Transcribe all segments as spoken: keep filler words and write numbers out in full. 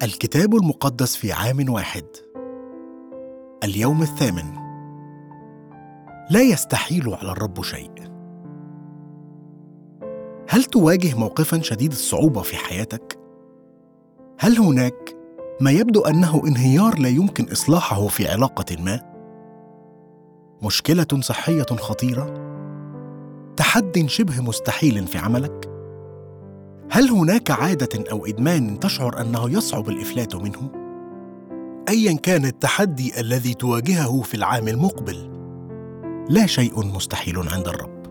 الكتاب المقدس في عام واحد. اليوم الثامن. لا يستحيل على الرب شيء. هل تواجه موقفاً شديد الصعوبة في حياتك؟ هل هناك ما يبدو أنه انهيار لا يمكن إصلاحه في علاقة ما؟ مشكلة صحية خطيرة؟ تحدٍ شبه مستحيل في عملك؟ هل هناك عادة أو إدمان تشعر أنه يصعب الإفلات منه؟ أياً كان التحدي الذي تواجهه في العام المقبل، لا شيء مستحيل عند الرب.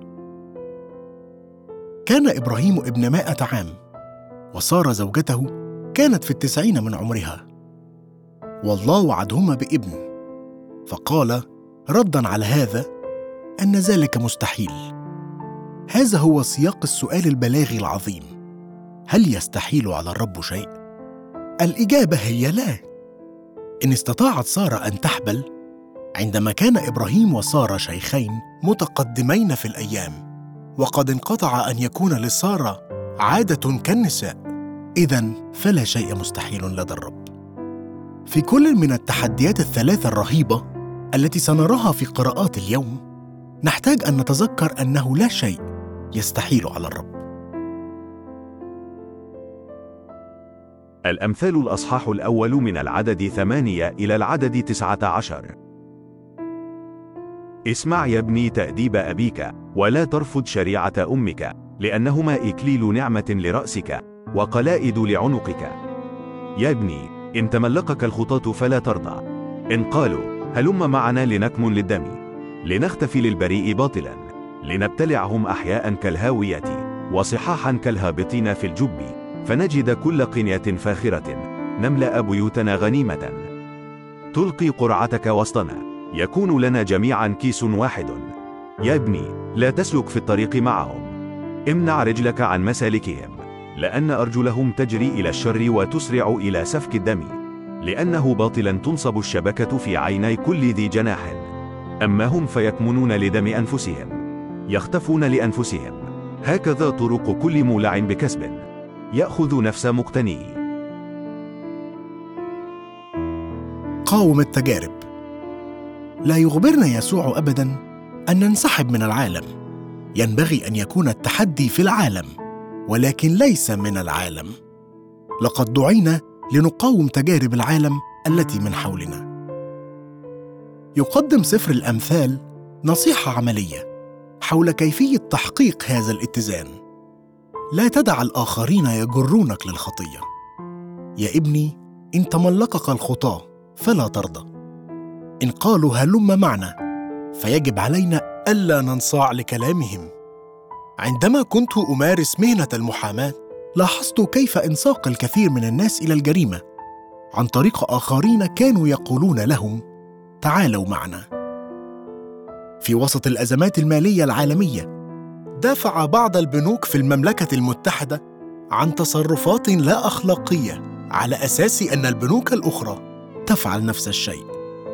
كان إبراهيم ابن مائة عام، وسارة زوجته كانت في التسعين من عمرها، والله وعدهما بابن، فقال رداً على هذا أن ذلك مستحيل. هذا هو سياق السؤال البلاغي العظيم: هل يستحيل على الرب شيء؟ الإجابة هي لا. إن استطاعت سارة أن تحبل عندما كان إبراهيم وسارة شيخين متقدمين في الأيام، وقد انقطع أن يكون لسارة عادة كالنساء، إذن فلا شيء مستحيل لدى الرب. في كل من التحديات الثلاثة الرهيبة التي سنراها في قراءات اليوم، نحتاج أن نتذكر أنه لا شيء يستحيل على الرب. الأمثال الأصحاح الأول من العدد ثمانية إلى العدد تسعة عشر. اسمع يا ابني تأديب أبيك، ولا ترفض شريعة أمك، لأنهما إكليل نعمة لرأسك وقلائد لعنقك. يا ابني، إن تملقك الخطاة فلا ترضى، إن قالوا هلم معنا لنكمن للدم، لنختفي للبريء باطلا، لنبتلعهم أحياء كالهاوية وصحاحا كالهابطين في الجب، فنجد كل قنية فاخرة، نملأ بيوتنا غنيمة. تلقي قرعتك وسطنا، يكون لنا جميعا كيس واحد. يا ابني، لا تسلك في الطريق معهم، امنع رجلك عن مسالكهم، لأن أرجلهم تجري إلى الشر وتسرع إلى سفك الدم، لأنه باطلا تنصب الشبكة في عيني كل ذي جناح. أما هم فيكمنون لدم أنفسهم، يختفون لأنفسهم. هكذا طرق كل مولع بكسب، يأخذ نفس مقتنيه. قاوم التجارب. لا يخبرنا يسوع أبداً أن ننسحب من العالم. ينبغي أن يكون التحدي في العالم، ولكن ليس من العالم. لقد دعينا لنقاوم تجارب العالم التي من حولنا. يقدم سفر الأمثال نصيحة عملية حول كيفية تحقيق هذا الاتزان. لا تدع الآخرين يجرونك للخطية. يا ابني، إن تملقك الخطاة فلا ترضى. إن قالوا هلم معنا، فيجب علينا ألا ننصاع لكلامهم. عندما كنت أمارس مهنة المحاماة، لاحظت كيف انساق الكثير من الناس إلى الجريمة عن طريق آخرين كانوا يقولون لهم تعالوا معنا. في وسط الأزمات المالية العالمية، دافع بعض البنوك في المملكة المتحدة عن تصرفات لا أخلاقية على أساس أن البنوك الأخرى تفعل نفس الشيء.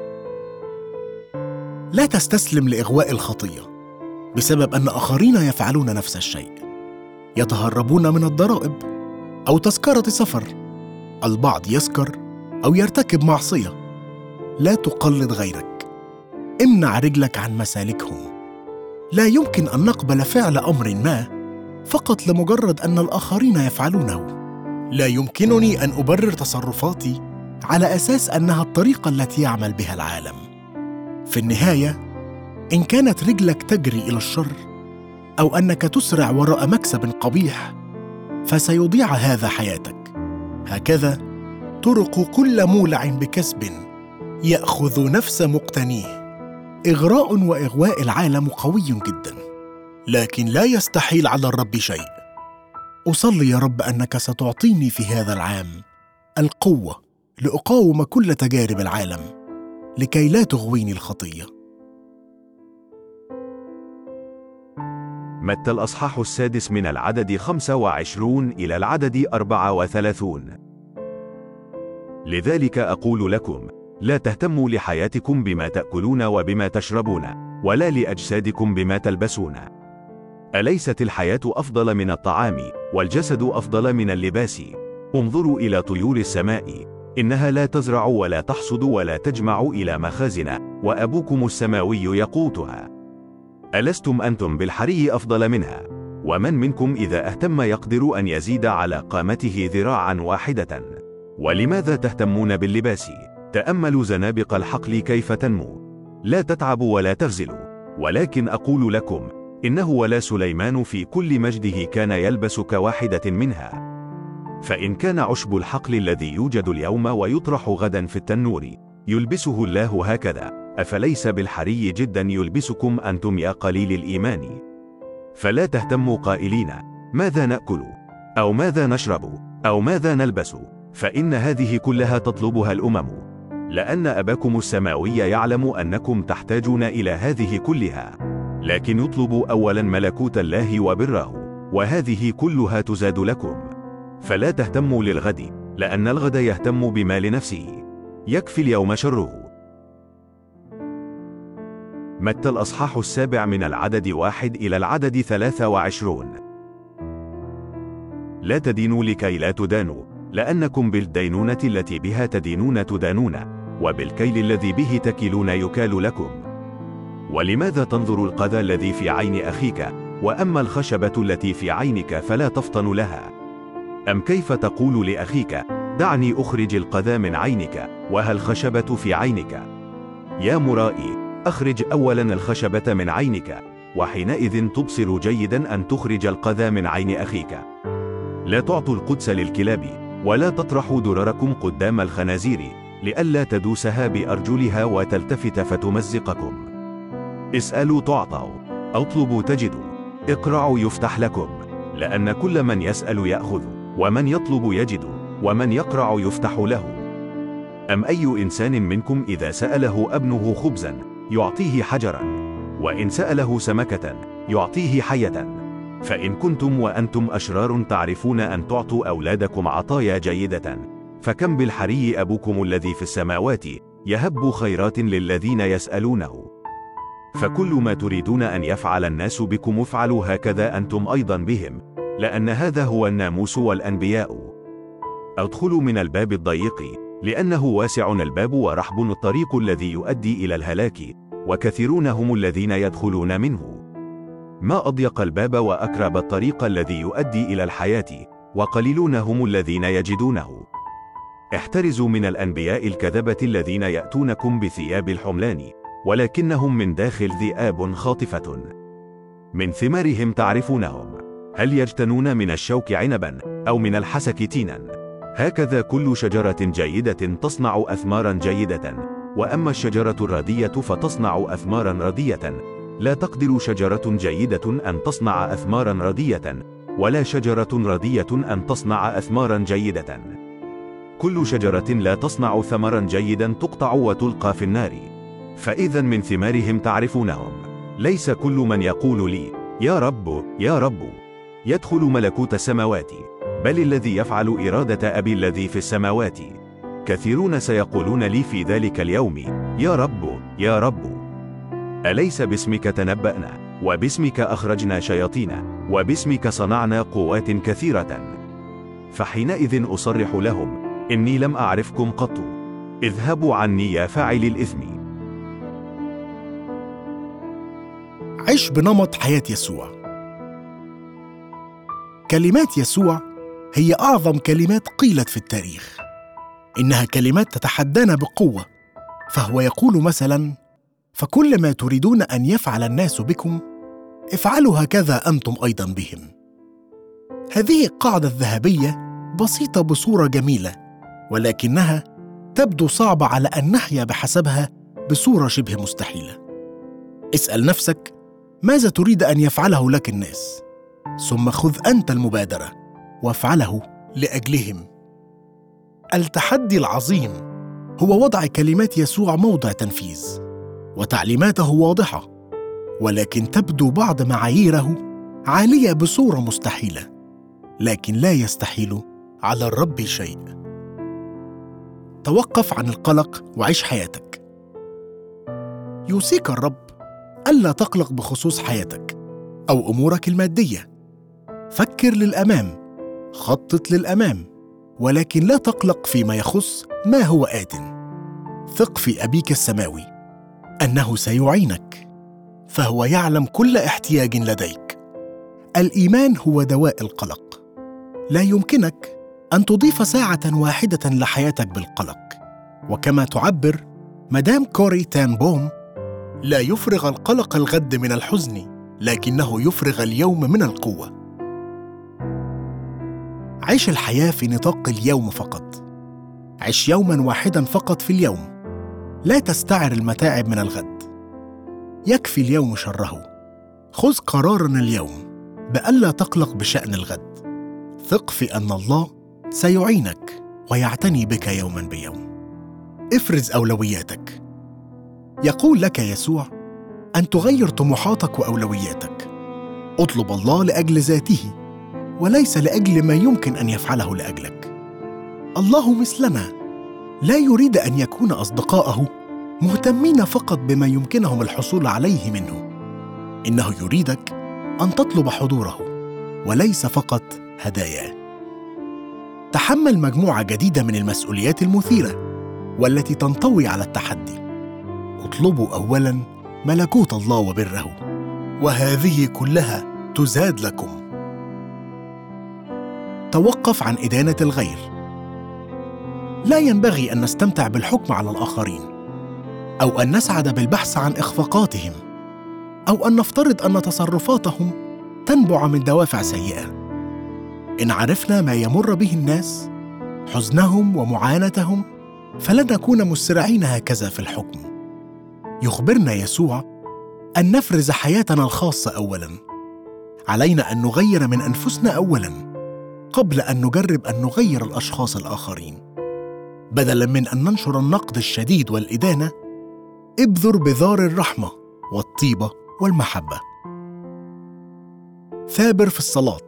لا تستسلم لإغواء الخطية بسبب أن آخرين يفعلون نفس الشيء. يتهربون من الضرائب أو تذكرة سفر. البعض يسكر أو يرتكب معصية. لا تقلد غيرك. امنع رجلك عن مسالكهم. لا يمكن أن نقبل فعل أمر ما فقط لمجرد أن الآخرين يفعلونه. لا يمكنني أن أبرر تصرفاتي على أساس أنها الطريقة التي يعمل بها العالم. في النهاية، إن كانت رجلك تجري إلى الشر أو أنك تسرع وراء مكسب قبيح، فسيضيع هذا حياتك. هكذا طرق كل مولع بكسب، يأخذ نفس مقتنيه. إغراء وإغواء العالم قوي جدا، لكن لا يستحيل على الرب شيء. أصلي يا رب أنك ستعطيني في هذا العام القوة لأقاوم كل تجارب العالم، لكي لا تغويني الخطية. متى الأصحاح السادس من العدد خمسة وعشرون إلى العدد أربعة وثلاثون. لذلك أقول لكم، لا تهتموا لحياتكم بما تأكلون وبما تشربون، ولا لأجسادكم بما تلبسون. أليست الحياة أفضل من الطعام، والجسد أفضل من اللباس؟ انظروا إلى طيور السماء، إنها لا تزرع ولا تحصد ولا تجمع إلى مخازن، وأبوكم السماوي يقوتها. ألستم أنتم بالحري أفضل منها؟ ومن منكم إذا اهتم يقدر أن يزيد على قامته ذراعا واحدة؟ ولماذا تهتمون باللباس؟ تأملوا زنابق الحقل كيف تنمو، لا تتعب ولا تغزل. ولكن أقول لكم إنه ولا سليمان في كل مجده كان يلبس كواحدة منها. فإن كان عشب الحقل الذي يوجد اليوم ويطرح غدا في التنور يلبسه الله هكذا، أفليس بالحري جدا يلبسكم أنتم يا قليل الإيمان؟ فلا تهتموا قائلين ماذا نأكل أو ماذا نشرب أو ماذا نلبس، فإن هذه كلها تطلبها الأمم، لأن أباكم السماوي يعلم أنكم تحتاجون إلى هذه كلها. لكن اطلبوا أولا ملكوت الله وبره، وهذه كلها تزاد لكم. فلا تهتموا للغد، لأن الغد يهتم بما لنفسه، يكفي اليوم شره. متى الأصحاح السابع من العدد واحد إلى العدد ثلاثة وعشرون. لا تدينوا لكي لا تدانوا، لأنكم بالدينونة التي بها تدينون تدانون، وبالكيل الذي به تكلون يكال لكم. ولماذا تنظر القذى الذي في عين أخيك، وأما الخشبة التي في عينك فلا تفطن لها؟ أم كيف تقول لأخيك دعني أخرج القذى من عينك وها الخشبة في عينك؟ يا مرائي، أخرج أولا الخشبة من عينك، وحينئذ تبصر جيدا أن تخرج القذى من عين أخيك. لا تعطوا القدس للكلاب، ولا تطرحوا درركم قدام الخنازير، لئلا تدوسها بأرجلها وتلتفت فتمزقكم. اسألوا تعطوا، اطلبوا تجدوا، اقرعوا يفتح لكم، لأن كل من يسأل يأخذ، ومن يطلب يجد، ومن يقرع يفتح له. أم أي إنسان منكم إذا سأله ابنه خبزا يعطيه حجرا، وإن سأله سمكة يعطيه حية؟ فإن كنتم وأنتم أشرار تعرفون أن تعطوا أولادكم عطايا جيدة، فكم بالحري أبوكم الذي في السماوات يهب خيرات للذين يسألونه. فكل ما تريدون أن يفعل الناس بكم افعلوا هكذا أنتم أيضا بهم، لأن هذا هو الناموس والأنبياء. ادخلوا من الباب الضيق، لأنه واسع الباب ورحب الطريق الذي يؤدي إلى الهلاك، وكثيرون هم الذين يدخلون منه. ما أضيق الباب وأكرب الطريق الذي يؤدي إلى الحياة، وقليلون هم الذين يجدونه. احترزوا من الأنبياء الكذبة الذين يأتونكم بثياب الحملان، ولكنهم من داخل ذئاب خاطفة. من ثمارهم تعرفونهم، هل يجتنون من الشوك عنبا أو من الحسك تينا؟ هكذا كل شجرة جيدة تصنع أثمارا جيدة، وأما الشجرة الردية فتصنع أثمارا ردية. لا تقدر شجرة جيدة أن تصنع أثمارا ردية، ولا شجرة ردية أن تصنع أثمارا جيدة. كل شجرة لا تصنع ثمرا جيدا تقطع وتلقى في النار. فإذا من ثمارهم تعرفونهم. ليس كل من يقول لي يا رب يا رب يدخل ملكوت السماوات، بل الذي يفعل إرادة أبي الذي في السماوات. كثيرون سيقولون لي في ذلك اليوم يا رب يا رب، أليس باسمك تنبأنا، وباسمك أخرجنا شياطين، وباسمك صنعنا قوات كثيرة؟ فحينئذ أصرح لهم إني لم أعرفكم قط، اذهبوا عني يا فاعل الإثم. عش بنمط حياة يسوع. كلمات يسوع هي أعظم كلمات قيلت في التاريخ. إنها كلمات تتحدانا بقوة، فهو يقول مثلا: فكل ما تريدون أن يفعل الناس بكم افعلوا هكذا أنتم أيضا بهم. هذه قاعدة ذهبية بسيطة بصورة جميلة، ولكنها تبدو صعبة على أن نحيا بحسبها بصورة شبه مستحيلة. اسأل نفسك ماذا تريد أن يفعله لك الناس، ثم خذ أنت المبادرة وافعله لأجلهم. التحدي العظيم هو وضع كلمات يسوع موضع تنفيذ، وتعليماته واضحة، ولكن تبدو بعض معاييره عالية بصورة مستحيلة، لكن لا يستحيل على الرب شيء. توقف عن القلق وعيش حياتك. يوصيك الرب ألا تقلق بخصوص حياتك أو أمورك المادية. فكر للأمام، خطط للأمام، ولكن لا تقلق فيما يخص ما هو آت. ثق في أبيك السماوي أنه سيعينك، فهو يعلم كل احتياج لديك. الإيمان هو دواء القلق. لا يمكنك أن تضيف ساعة واحدة لحياتك بالقلق. وكما تعبر مدام كوري تان بوم: لا يفرغ القلق الغد من الحزن، لكنه يفرغ اليوم من القوة. عيش الحياة في نطاق اليوم فقط. عش يوماً واحداً فقط في اليوم. لا تستعر المتاعب من الغد. يكفي اليوم شره. خذ قراراً اليوم بألا تقلق بشأن الغد. ثق في أن الله سيعينك ويعتني بك يوماً بيوم. افرز أولوياتك. يقول لك يسوع أن تغير طموحاتك وأولوياتك. اطلب الله لأجل ذاته وليس لأجل ما يمكن أن يفعله لأجلك. الله مثلنا، لا يريد أن يكون أصدقاءه مهتمين فقط بما يمكنهم الحصول عليه منه. إنه يريدك أن تطلب حضوره وليس فقط هداياه. تحمل مجموعة جديدة من المسؤوليات المثيرة والتي تنطوي على التحدي. اطلبوا أولاً ملكوت الله وبره، وهذه كلها تزاد لكم. توقف عن إدانة الغير. لا ينبغي أن نستمتع بالحكم على الآخرين، أو أن نسعد بالبحث عن إخفاقاتهم، أو أن نفترض أن تصرفاتهم تنبع من دوافع سيئة. إن عرفنا ما يمر به الناس، حزنهم ومعاناتهم، فلن نكون مسرعين هكذا في الحكم. يخبرنا يسوع أن نفرز حياتنا الخاصة أولاً. علينا أن نغير من أنفسنا أولاً قبل أن نجرب أن نغير الأشخاص الآخرين. بدلاً من أن ننشر النقد الشديد والإدانة، ابذر بذار الرحمة والطيبة والمحبة. ثابر في الصلاة.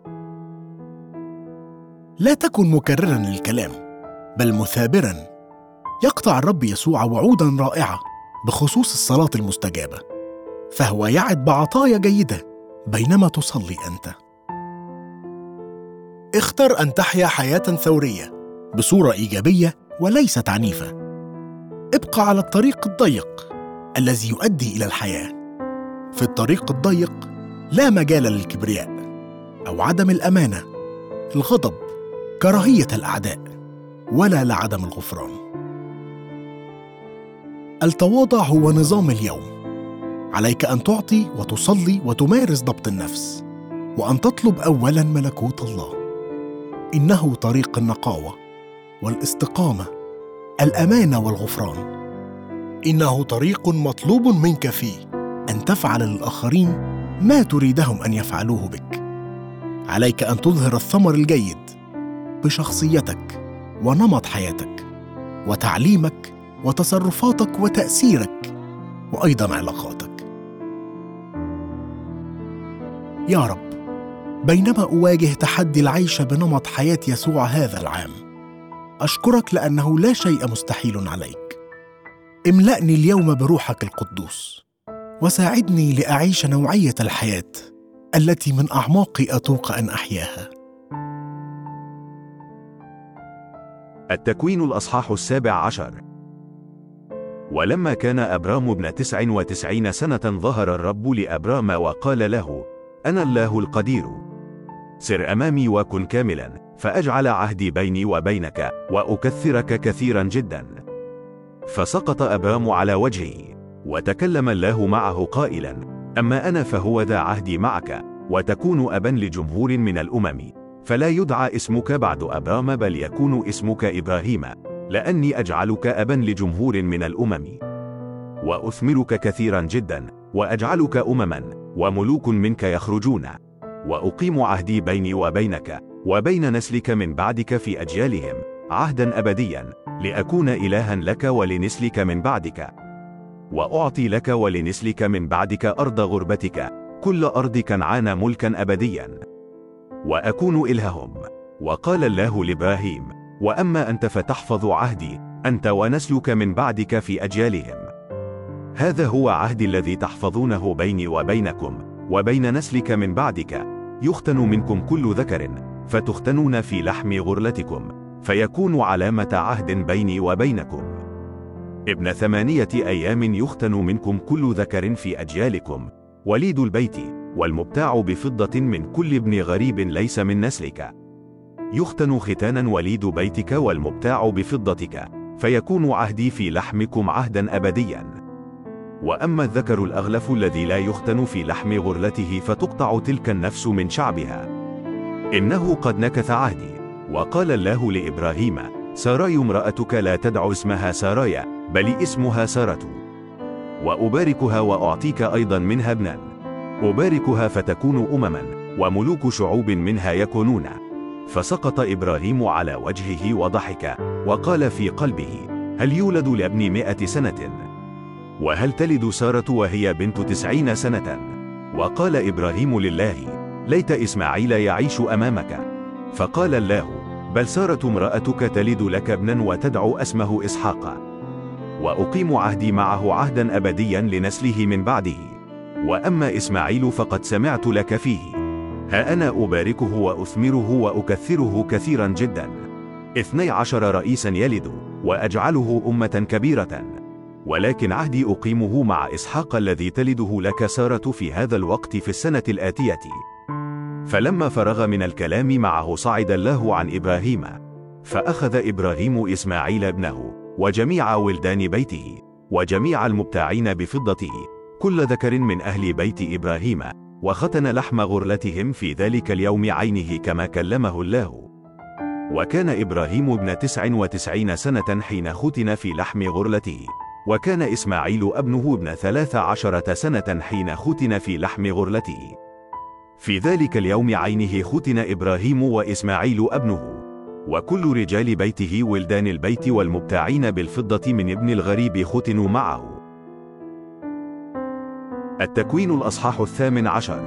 لا تكن مكرراً للكلام، بل مثابراً. يقطع الرب يسوع وعوداً رائعة بخصوص الصلاة المستجابة، فهو يعد بعطايا جيدة بينما تصلي أنت. اختر أن تحيا حياة ثورية بصورة إيجابية وليست عنيفة. ابقى على الطريق الضيق الذي يؤدي إلى الحياة. في الطريق الضيق لا مجال للكبرياء أو عدم الأمانة، الغضب، كراهية الأعداء، ولا لعدم الغفران. التواضع هو نظام اليوم. عليك أن تعطي وتصلي وتمارس ضبط النفس، وأن تطلب أولاً ملكوت الله. إنه طريق النقاوة والاستقامة، الأمانة والغفران. إنه طريق مطلوب منك فيه أن تفعل للآخرين ما تريدهم أن يفعلوه بك. عليك أن تظهر الثمر الجيد بشخصيتك ونمط حياتك وتعليمك وتصرفاتك وتأثيرك وأيضاً علاقاتك. يا رب، بينما أواجه تحدي العيش بنمط حياة يسوع هذا العام، أشكرك لأنه لا شيء مستحيل عليك. املأني اليوم بروحك القدوس، وساعدني لأعيش نوعية الحياة التي من أعماقي أتوق أن أحياها. التكوين الأصحاح السابع عشر. ولما كان أبرام ابن تسع وتسعين سنة ظهر الرب لأبرام وقال له: أنا الله القدير، سر أمامي وكن كاملا، فأجعل عهدي بيني وبينك وأكثرك كثيرا جدا. فسقط أبرام على وجهه، وتكلم الله معه قائلا: أما أنا فهو ذا عهدي معك، وتكون أبا لجمهور من الأمم، فلا يدعى اسمك بعد أبرام بل يكون اسمك إبراهيم، لأني أجعلك أبا لجمهور من الأمم، وأثمرك كثيرا جدا، وأجعلك أمما وملوك منك يخرجون، وأقيم عهدي بيني وبينك وبين نسلك من بعدك في أجيالهم عهدا أبديا، لأكون إلها لك ولنسلك من بعدك، وأعطي لك ولنسلك من بعدك أرض غربتك، كل أرض كنعان ملكا أبديا، وأكون إلههم. وقال الله لإبراهيم: وأما أنت فتحفظ عهدي أنت ونسلك من بعدك في أجيالهم. هذا هو عهدي الذي تحفظونه بيني وبينكم وبين نسلك من بعدك، يختن منكم كل ذكر، فتختنون في لحم غرلتكم، فيكون علامة عهد بيني وبينكم. ابن ثمانية أيام يختن منكم كل ذكر في أجيالكم، وليد البيت والمبتاع بفضة من كل ابن غريب ليس من نسلك. يختن ختانا وليد بيتك والمبتاع بفضتك، فيكون عهدي في لحمكم عهدا أبديا. وأما الذكر الأغلف الذي لا يختن في لحم غرلته فتقطع تلك النفس من شعبها. إنه قد نكث عهدي. وقال الله لإبراهيم: ساراي امرأتك لا تدع اسمها ساراي، بل اسمها سارة، وأباركها وأعطيك أيضا منها ابنا، أباركها فتكون أمما، وملوك شعوب منها يكونون. فسقط إبراهيم على وجهه وضحك، وقال في قلبه: هل يولد لابني مئة سنة؟ وهل تلد سارة وهي بنت تسعين سنة؟ وقال إبراهيم لله: ليت إسماعيل يعيش أمامك. فقال الله: بل سارة امرأتك تلد لك ابنا وتدعو اسمه إسحاق، وأقيم عهدي معه عهدا أبديا لنسله من بعده. وأما إسماعيل فقد سمعت لك فيه، ها أنا أباركه وأثمره وأكثره كثيرا جدا، اثني عشر رئيسا يلد، وأجعله أمة كبيرة. ولكن عهدي أقيمه مع إسحاق الذي تلده لك سارة في هذا الوقت في السنة الآتية. فلما فرغ من الكلام معه صعد الله عن إبراهيم، فأخذ إبراهيم إسماعيل ابنه وجميع ولدان بيته وجميع المبتاعين بفضته كل ذكر من أهل بيت إبراهيم، وختن لحم غرلتهم في ذلك اليوم عينه كما كلمه الله. وكان إبراهيم ابن تسع وتسعين سنة حين ختن في لحم غرلته، وكان إسماعيل ابنه ابن ثلاث عشرة سنة حين ختن في لحم غرلته. في ذلك اليوم عينه ختن إبراهيم وإسماعيل ابنه، وكل رجال بيته ولدان البيت والمبتاعين بالفضة من ابن الغريب ختنوا معه. التكوين الأصحاح الثامن عشر.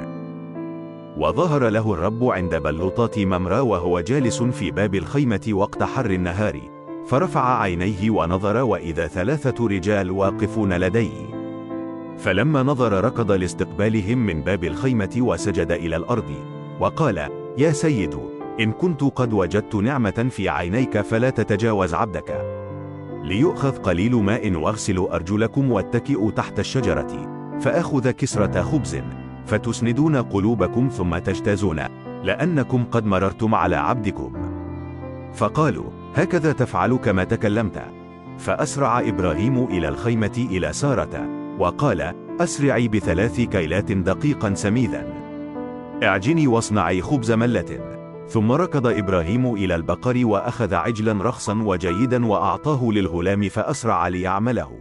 وظهر له الرب عند بلوطات ممرى وهو جالس في باب الخيمة وقت حر النهار، فرفع عينيه ونظر وإذا ثلاثة رجال واقفون لديه، فلما نظر ركض لاستقبالهم من باب الخيمة وسجد إلى الأرض، وقال: يا سيد، إن كنت قد وجدت نعمة في عينيك فلا تتجاوز عبدك، ليؤخذ قليل ماء واغسلوا أرجلكم واتكئوا تحت الشجرة، فأخذ كسرة خبز فتسندون قلوبكم ثم تجتازون، لأنكم قد مررتم على عبدكم. فقالوا: هكذا تفعل كما تكلمت. فأسرع إبراهيم إلى الخيمة إلى سارة، وقال: أسرعي بثلاث كيلات دقيقا سميدا، اعجني واصنعي خبز ملة. ثم ركض إبراهيم إلى البقر وأخذ عجلا رخصا وجيدا وأعطاه للغلام فأسرع ليعمله.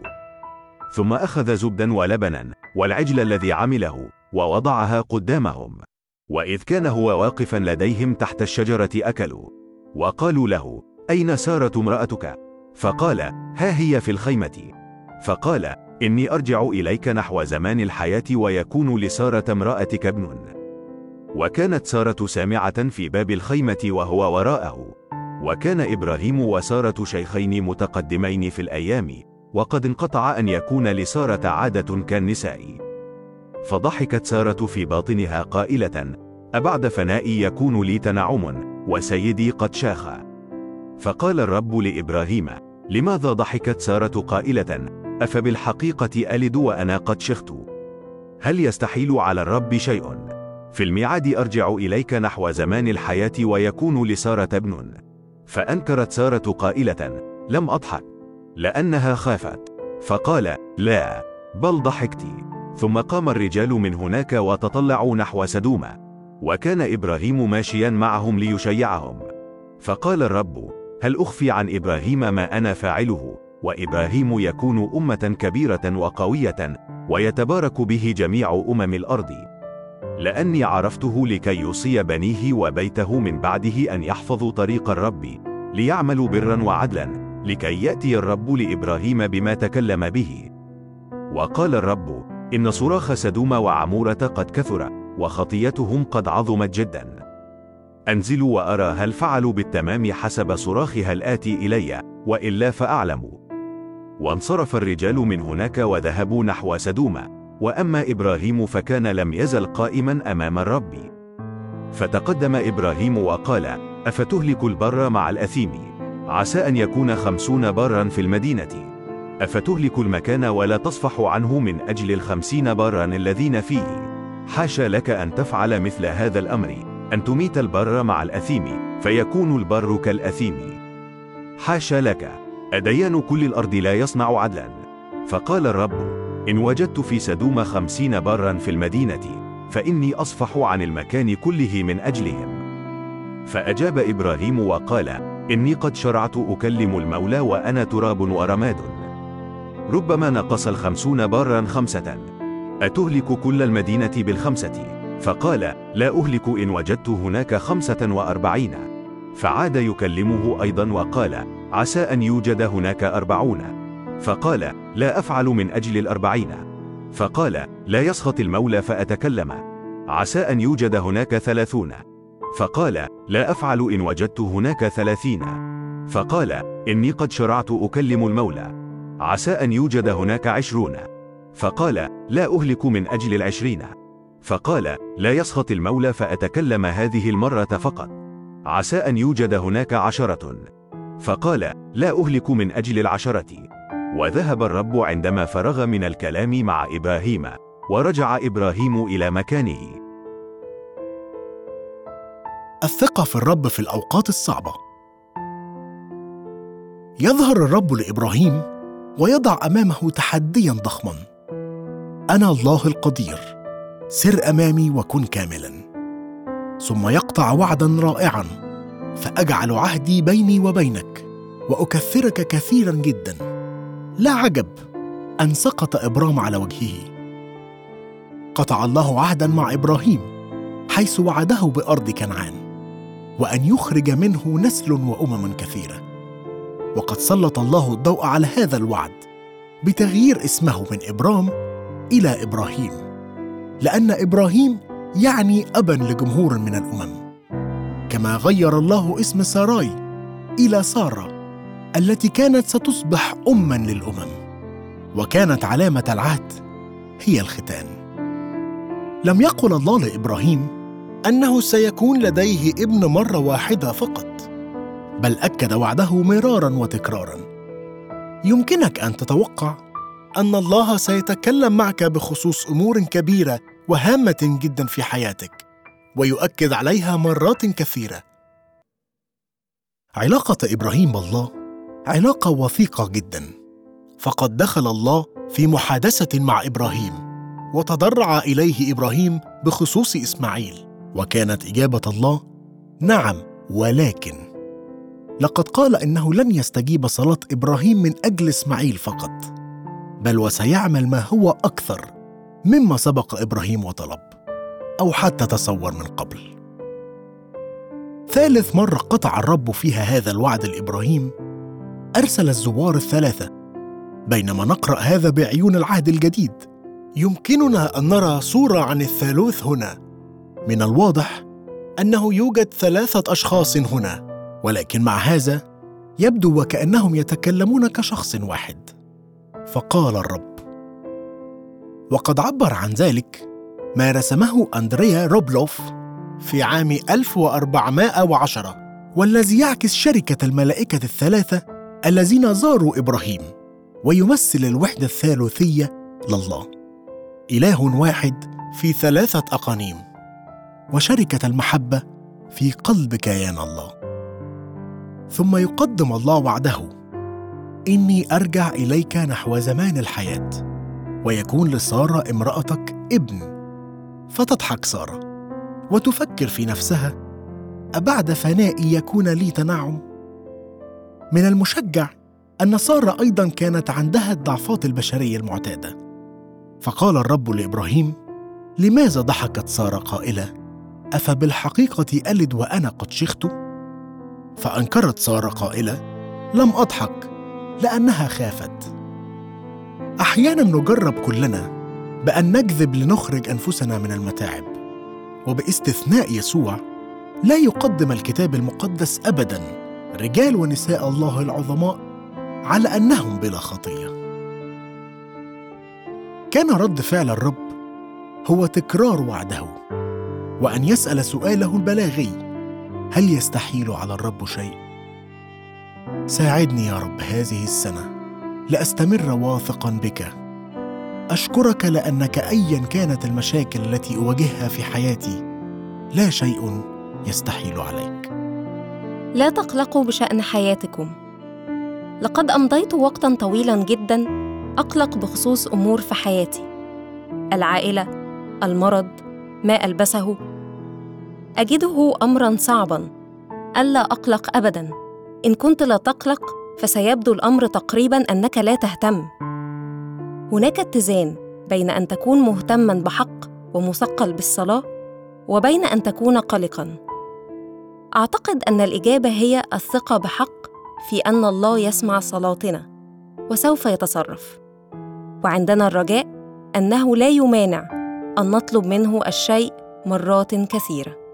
ثم أخذ زبدا ولبنا والعجل الذي عمله ووضعها قدامهم، وإذ كان هو واقفا لديهم تحت الشجرة أكلوا. وقالوا له: أين سارة امرأتك؟ فقال: ها هي في الخيمة. فقال: إني أرجع إليك نحو زمان الحياة ويكون لسارة امرأتك ابن. وكانت سارة سامعة في باب الخيمة وهو وراءه. وكان إبراهيم وسارة شيخين متقدمين في الأيام، وقد انقطع أن يكون لسارة عادة كالنساء. فضحكت سارة في باطنها قائلة: أبعد فنائي يكون لي تنعم، وسيدي قد شاخ. فقال الرب لإبراهيم: لماذا ضحكت سارة قائلة: أفبالحقيقة ألد وأنا قد شخت؟ هل يستحيل على الرب شيء؟ في الميعاد أرجع إليك نحو زمان الحياة ويكون لسارة ابن. فأنكرت سارة قائلة: لم أضحك، لأنها خافت. فقال: لا، بل ضحكت. ثم قام الرجال من هناك وتطلعوا نحو سدوم، وكان إبراهيم ماشيا معهم ليشيعهم. فقال الرب: هل أخفي عن إبراهيم ما أنا فاعله، وإبراهيم يكون أمة كبيرة وقوية، ويتبارك به جميع أمم الأرض، لأني عرفته لكي يوصي بنيه وبيته من بعده أن يحفظوا طريق الرب، ليعملوا برا وعدلا، لكي يأتي الرب لإبراهيم بما تكلم به. وقال الرب: إن صراخ سدوم وعمورة قد كثر، وخطيتهم قد عظمت جدا. أنزلوا وأرى هل فعلوا بالتمام حسب صراخها الآتي إلي، وإلا فأعلم. وانصرف الرجال من هناك وذهبوا نحو سدوم، وأما إبراهيم فكان لم يزل قائما أمام الرب. فتقدم إبراهيم وقال: أفتهلك البر مع الأثيم؟ عسى أن يكون خمسون بارا في المدينة. أفتهلك المكان ولا تصفح عنه من أجل الخمسين بارا الذين فيه؟ حاشا لك أن تفعل مثل هذا الأمر، أن تميت البر مع الأثيم فيكون البر كالأثيم. حاشا لك، أديان كل الأرض لا يصنع عدلا. فقال الرب: إن وجدت في سدوم خمسين بارا في المدينة فإني أصفح عن المكان كله من أجلهم. فأجاب إبراهيم وقال: إني قد شرعت أكلم المولى وأنا تراب ورماد. ربما نقص الخمسون بارا خمسة، أتهلك كل المدينة بالخمسة؟ فقال: لا أهلك إن وجدت هناك خمسة وأربعين. فعاد يكلمه أيضا وقال: عسى أن يوجد هناك أربعون. فقال: لا أفعل من أجل الأربعين. فقال: لا يسخط المولى فأتكلم، عسى أن يوجد هناك ثلاثون. فقال: لا أفعل إن وجدت هناك ثلاثين. فقال: إني قد شرعت أكلم المولى، عسى أن يوجد هناك عشرون. فقال: لا أهلك من أجل العشرين. فقال: لا يسخط المولى فأتكلم هذه المرة فقط، عسى أن يوجد هناك عشرة. فقال: لا أهلك من أجل العشرة. وذهب الرب عندما فرغ من الكلام مع إبراهيم، ورجع إبراهيم إلى مكانه. الثقة في الرب في الأوقات الصعبة. يظهر الرب لإبراهيم ويضع أمامه تحدياً ضخماً: أنا الله القدير، سر أمامي وكن كاملاً. ثم يقطع وعداً رائعاً: فأجعل عهدي بيني وبينك وأكثرك كثيراً جداً. لا عجب أن سقط إبرام على وجهه. قطع الله عهداً مع إبراهيم حيث وعده بأرض كنعان، وأن يخرج منه نسل وأمم كثيرة. وقد سلط الله الضوء على هذا الوعد بتغيير اسمه من إبرام إلى إبراهيم، لأن إبراهيم يعني أباً لجمهور من الأمم. كما غير الله اسم ساراي إلى سارة التي كانت ستصبح أماً للأمم، وكانت علامة العهد هي الختان. لم يقل الله لإبراهيم أنه سيكون لديه ابن مرة واحدة فقط، بل أكد وعده مراراً وتكراراً. يمكنك أن تتوقع أن الله سيتكلم معك بخصوص أمور كبيرة وهامة جداً في حياتك، ويؤكد عليها مرات كثيرة. علاقة إبراهيم بالله علاقة وثيقة جداً، فقد دخل الله في محادثة مع إبراهيم، وتضرع إليه إبراهيم بخصوص إسماعيل، وكانت إجابة الله: نعم، ولكن. لقد قال إنه لن يستجيب صلاة إبراهيم من أجل إسماعيل فقط، بل وسيعمل ما هو أكثر مما سبق إبراهيم وطلب أو حتى تصور من قبل. ثالث مرة قطع الرب فيها هذا الوعد لإبراهيم، أرسل الزوار الثلاثة. بينما نقرأ هذا بعيون العهد الجديد، يمكننا أن نرى صورة عن الثالوث هنا. من الواضح أنه يوجد ثلاثة أشخاص هنا، ولكن مع هذا يبدو وكأنهم يتكلمون كشخص واحد. فقال الرب. وقد عبر عن ذلك ما رسمه أندريا روبلوف في عام ألف وأربعمائة وعشرة، والذي يعكس شركة الملائكة الثلاثة الذين زاروا إبراهيم، ويمثل الوحدة الثالوثية لله، إله واحد في ثلاثة أقانيم، وشركة المحبة في قلب كيان الله. ثم يقدم الله وعده: إني أرجع إليك نحو زمان الحياة، ويكون لسارة امرأتك ابن. فتضحك سارة وتفكر في نفسها: أبعد فنائي يكون لي تنعم؟ من المشجع أن سارة أيضاً كانت عندها الضعفات البشرية المعتادة. فقال الرب لإبراهيم: لماذا ضحكت سارة قائلة: أفبالحقيقة ألد وأنا قد شخت؟ فأنكرت سارة قائلة: لم أضحك، لأنها خافت. أحياناً نجرب كلنا بأن نكذب لنخرج أنفسنا من المتاعب، وباستثناء يسوع لا يقدم الكتاب المقدس أبداً رجال ونساء الله العظماء على أنهم بلا خطية. كان رد فعل الرب هو تكرار وعده، وأن يسأل سؤاله البلاغي: هل يستحيل على الرب شيء؟ ساعدني يا رب هذه السنة لأستمر واثقاً بك. أشكرك لأنك أياً كانت المشاكل التي أواجهها في حياتي لا شيء يستحيل عليك. لا تقلقوا بشأن حياتكم. لقد أمضيت وقتاً طويلاً جداً أقلق بخصوص أمور في حياتي: العائلة، المرض، ما ألبسه. أجده أمراً صعباً ألا أقلق أبداً. إن كنت لا تقلق فسيبدو الأمر تقريباً أنك لا تهتم. هناك اتزان بين أن تكون مهتماً بحق ومثقل بالصلاة وبين أن تكون قلقاً. أعتقد أن الإجابة هي الثقة بحق في أن الله يسمع صلاتنا وسوف يتصرف، وعندنا الرجاء أنه لا يمانع أن نطلب منه الشيء مرات كثيرة.